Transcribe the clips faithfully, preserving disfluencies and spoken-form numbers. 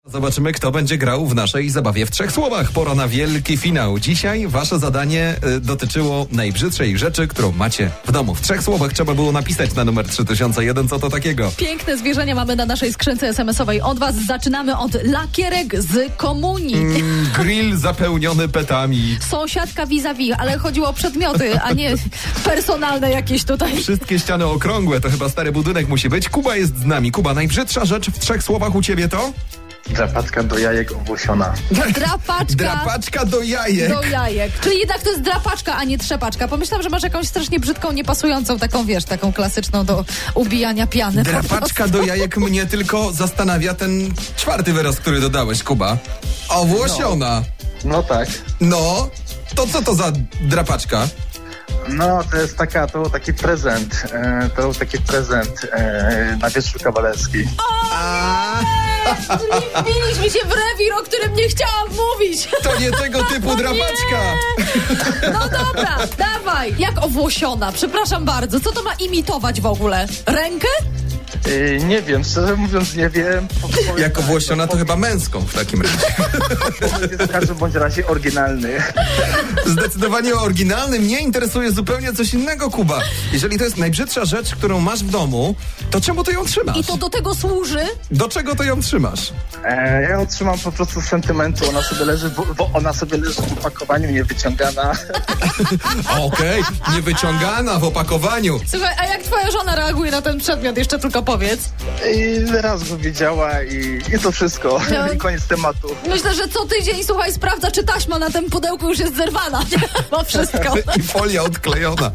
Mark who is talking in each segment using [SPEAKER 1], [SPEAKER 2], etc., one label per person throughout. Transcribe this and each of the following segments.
[SPEAKER 1] Zobaczymy, kto będzie grał w naszej zabawie w trzech słowach. Pora na wielki finał. Dzisiaj wasze zadanie y, dotyczyło najbrzydszej rzeczy, którą macie w domu. W trzech słowach trzeba było napisać na numer trzy tysiące jeden, co to takiego.
[SPEAKER 2] Piękne zwierzenia mamy na naszej skrzynce es em esowej od was. Zaczynamy od lakierek z komunii.
[SPEAKER 1] Mm, grill zapełniony petami.
[SPEAKER 2] Sąsiadka vis-a-vis, ale chodziło o przedmioty, a nie personalne jakieś tutaj.
[SPEAKER 1] Wszystkie ściany okrągłe, to chyba stary budynek musi być. Kuba jest z nami. Kuba, najbrzydsza rzecz w trzech słowach u ciebie to?
[SPEAKER 3] Drapaczka do jajek owłosiona.
[SPEAKER 2] Drapaczka.
[SPEAKER 1] Drapaczka do jajek.
[SPEAKER 2] Do jajek. Czyli jednak to jest drapaczka, a nie trzepaczka. Pomyślałam, że masz jakąś strasznie brzydką, niepasującą, taką, wiesz, taką klasyczną do ubijania piany.
[SPEAKER 1] Drapaczka do jajek mnie tylko zastanawia ten czwarty wyraz, który dodałeś, Kuba. Owłosiona.
[SPEAKER 3] No, no tak.
[SPEAKER 1] No, to co to za drapaczka?
[SPEAKER 3] No, to jest taka, to był taki prezent. E, to był taki prezent e, na wieczór kawalerski.
[SPEAKER 1] A,
[SPEAKER 2] Wbiliśmy się w rewir, o którym nie chciałam mówić.
[SPEAKER 1] to nie tego typu drapaczka.
[SPEAKER 2] No dobra, dawaj. Jak owłosiona? Przepraszam bardzo. Co to ma imitować w ogóle? Rękę?
[SPEAKER 3] E, nie wiem, szczerze mówiąc nie wiem. Po-
[SPEAKER 1] Jak owłosiona to chyba męską w takim razie.
[SPEAKER 3] Jest w każdym bądź razie oryginalny.
[SPEAKER 1] Zdecydowanie oryginalny. Mnie interesuje zupełnie coś innego, Kuba. Jeżeli to jest najbrzydsza rzecz, którą masz w domu, to czemu ty ją trzymasz?
[SPEAKER 2] I to do tego służy?
[SPEAKER 1] Do czego ty ją trzymasz?
[SPEAKER 3] E, ja ją trzymam po prostu z sentymentu. Ona sobie leży w, w, ona sobie leży w opakowaniu, nie wyciągana.
[SPEAKER 1] Okej, nie wyciągana w opakowaniu.
[SPEAKER 2] Słuchaj, a jak twoja żona reaguje na ten przedmiot? Jeszcze tylko powiedz.
[SPEAKER 3] I raz go wiedziała i, i to wszystko.
[SPEAKER 2] No.
[SPEAKER 3] I koniec tematu.
[SPEAKER 2] Myślę, że co tydzień, słuchaj, sprawdza, czy taśma na tym pudełku już jest zerwana. Ma wszystko.
[SPEAKER 1] I folia odklejona.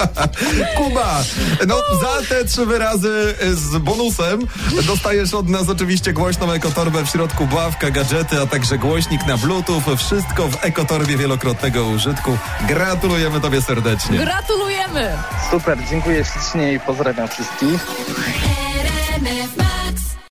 [SPEAKER 1] Kuba, no za te trzy wyrazy z bonusem dostajesz od nas oczywiście głośną ekotorbę, w środku bławka, gadżety, a także głośnik na bluetooth. Wszystko w ekotorbie wielokrotnego użytku. Gratulujemy tobie serdecznie.
[SPEAKER 2] Gratulujemy.
[SPEAKER 3] Super, dziękuję ślicznie i pozdrawiam wszystkich.
[SPEAKER 4] R M F